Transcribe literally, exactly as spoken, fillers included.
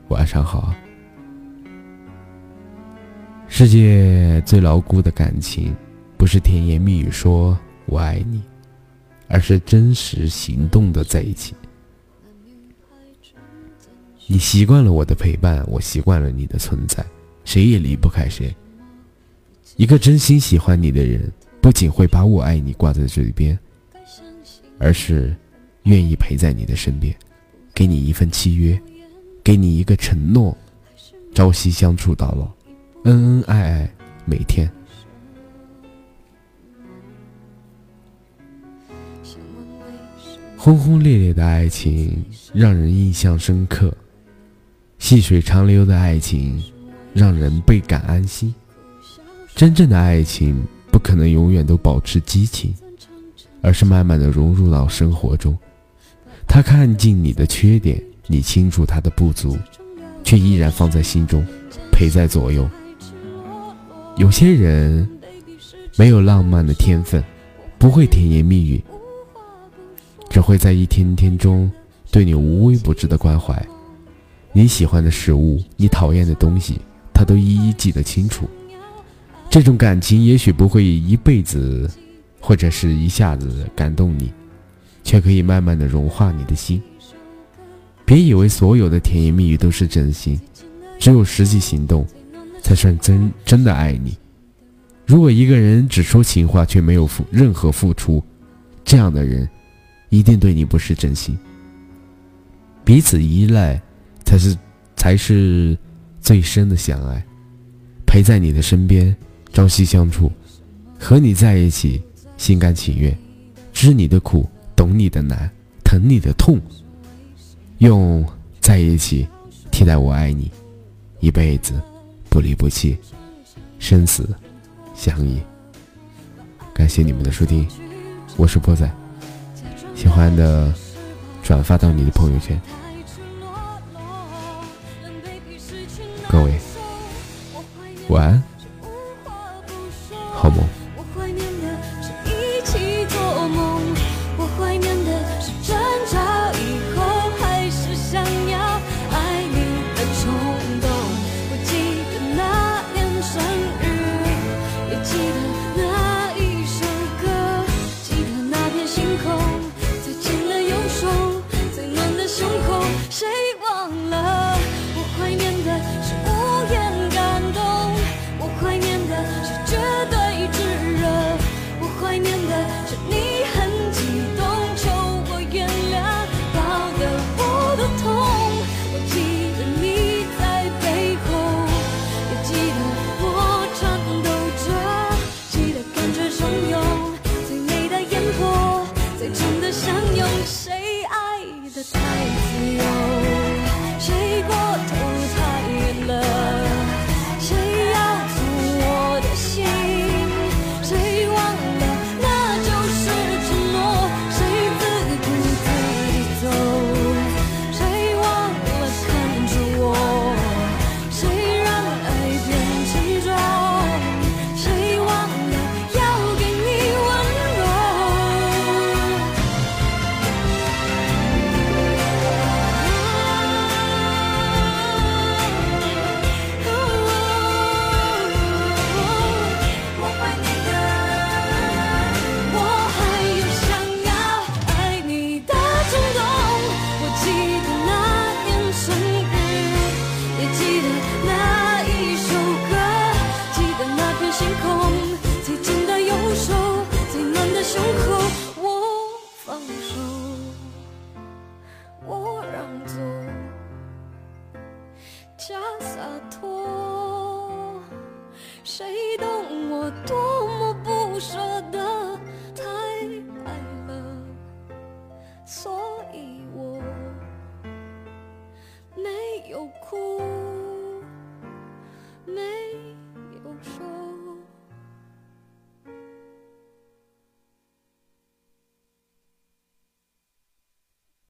晚上好。世界最牢固的感情，不是甜言蜜语说我爱你，而是真实行动的在一起。你习惯了我的陪伴，我习惯了你的存在，谁也离不开谁。一个真心喜欢你的人，不仅会把我爱你挂在嘴边，而是愿意陪在你的身边，给你一份契约，给你一个承诺，朝夕相处到老，恩恩爱爱每天。轰轰烈烈的爱情让人印象深刻，细水长流的爱情让人倍感安心。真正的爱情不可能永远都保持激情，而是慢慢的融入到生活中。他看尽你的缺点，你清楚他的不足，却依然放在心中，陪在左右。有些人没有浪漫的天分，不会甜言蜜语，只会在一天天中对你无微不至的关怀。你喜欢的食物，你讨厌的东西，他都一一记得清楚。这种感情也许不会一辈子或者是一下子感动你，却可以慢慢的融化你的心。别以为所有的甜言蜜语都是真心，只有实际行动才算真真的爱你。如果一个人只说情话却没有付任何付出，这样的人一定对你不是真心。彼此依赖才是才是最深的相爱。陪在你的身边，朝夕相处，和你在一起心甘情愿，知你的苦，懂你的难，疼你的痛，用在一起替代我爱你，一辈子不离不弃，生死相依。感谢你们的收听，我是波仔，喜欢的转发到你的朋友圈。各位晚安，好梦。 我怀念的是一起做梦，我怀念的是争吵以后还是想要爱你的冲动。我记得那年生日，也记得那一首歌，记得那片星空，最紧的右手，最暖的胸口，谁忘了？我怀念的是无言感动，我怀念的是绝对炙热，我怀念的是你很激动，求我原谅，搞得我都痛。我记得你在背后，也记得我颤抖着，记得感觉汹涌，最美的烟火，最真的相拥。谁爱得太自由，谁过头太远了，谁要走我的心，谁忘了那就是承诺，谁自顾自地走，谁忘了看着我，谁让爱变沉重，谁忘了要给你温柔。我怀念的，我还有想要爱你的冲动。我记得那年生日，也记得那一首歌，记得那片星空，最紧的右手，最暖的胸口。我放手，我让座，假洒脱，谁懂我多么不舍得，太爱了，所以我没有哭。